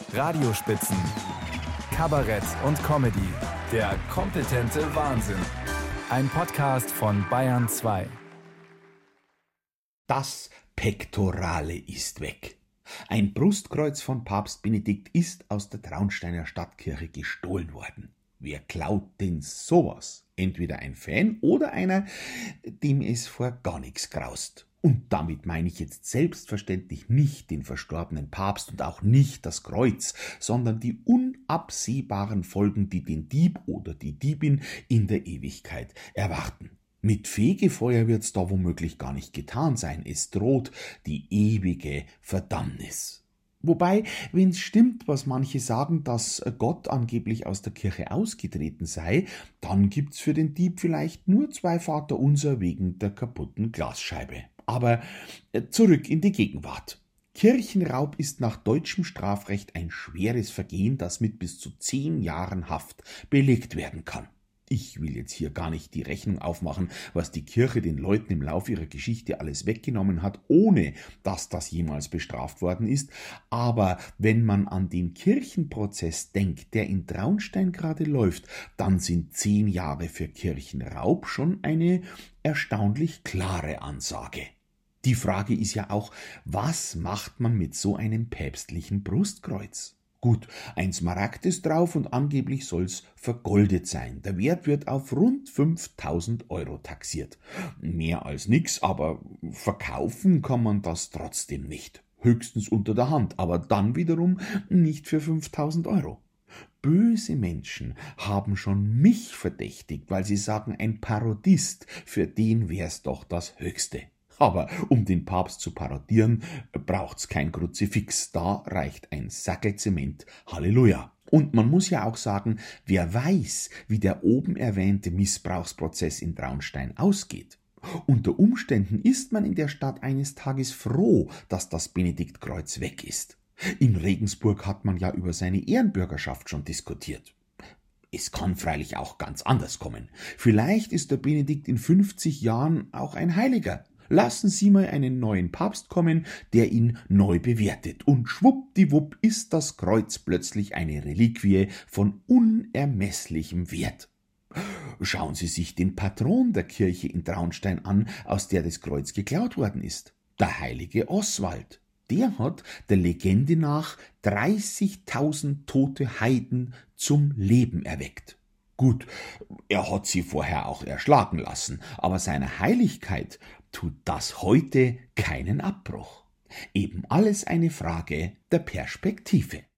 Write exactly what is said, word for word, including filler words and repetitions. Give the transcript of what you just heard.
Radiospitzen, Kabarett und Comedy. Der kompetente Wahnsinn. Ein Podcast von Bayern zwei. Das Pektorale ist weg. Ein Brustkreuz von Papst Benedikt ist aus der Traunsteiner Stadtkirche gestohlen worden. Wer klaut denn sowas? Entweder ein Fan oder einer, dem es vor gar nichts graust. Und damit meine ich jetzt selbstverständlich nicht den verstorbenen Papst und auch nicht das Kreuz, sondern die unabsehbaren Folgen, die den Dieb oder die Diebin in der Ewigkeit erwarten. Mit Fegefeuer wird's da womöglich gar nicht getan sein. Es droht die ewige Verdammnis. Wobei, wenn's stimmt, was manche sagen, dass Gott angeblich aus der Kirche ausgetreten sei, dann gibt's für den Dieb vielleicht nur zwei Vaterunser wegen der kaputten Glasscheibe. Aber zurück in die Gegenwart. Kirchenraub ist nach deutschem Strafrecht ein schweres Vergehen, das mit bis zu zehn Jahren Haft belegt werden kann. Ich will jetzt hier gar nicht die Rechnung aufmachen, was die Kirche den Leuten im Lauf ihrer Geschichte alles weggenommen hat, ohne dass das jemals bestraft worden ist. Aber wenn man an den Kirchenprozess denkt, der in Traunstein gerade läuft, dann sind zehn Jahre für Kirchenraub schon eine erstaunlich klare Ansage. Die Frage ist ja auch, was macht man mit so einem päpstlichen Brustkreuz? Gut, ein Smaragd ist drauf und angeblich soll's vergoldet sein. Der Wert wird auf rund fünftausend Euro taxiert. Mehr als nix, aber verkaufen kann man das trotzdem nicht. Höchstens unter der Hand, aber dann wiederum nicht für fünftausend Euro. Böse Menschen haben schon mich verdächtigt, weil sie sagen, ein Parodist, für den wär's doch das Höchste. Aber um den Papst zu parodieren, braucht's kein Kruzifix, da reicht ein Sackel Zement. Halleluja! Und man muss ja auch sagen, wer weiß, wie der oben erwähnte Missbrauchsprozess in Traunstein ausgeht. Unter Umständen ist man in der Stadt eines Tages froh, dass das Benediktkreuz weg ist. In Regensburg hat man ja über seine Ehrenbürgerschaft schon diskutiert. Es kann freilich auch ganz anders kommen. Vielleicht ist der Benedikt in fünfzig Jahren auch ein Heiliger. Lassen Sie mal einen neuen Papst kommen, der ihn neu bewertet. Und schwuppdiwupp ist das Kreuz plötzlich eine Reliquie von unermesslichem Wert. Schauen Sie sich den Patron der Kirche in Traunstein an, aus der das Kreuz geklaut worden ist. Der heilige Oswald. Der hat der Legende nach dreißigtausend tote Heiden zum Leben erweckt. Gut, er hat sie vorher auch erschlagen lassen, aber seiner Heiligkeit tut das heute keinen Abbruch. Eben alles eine Frage der Perspektive.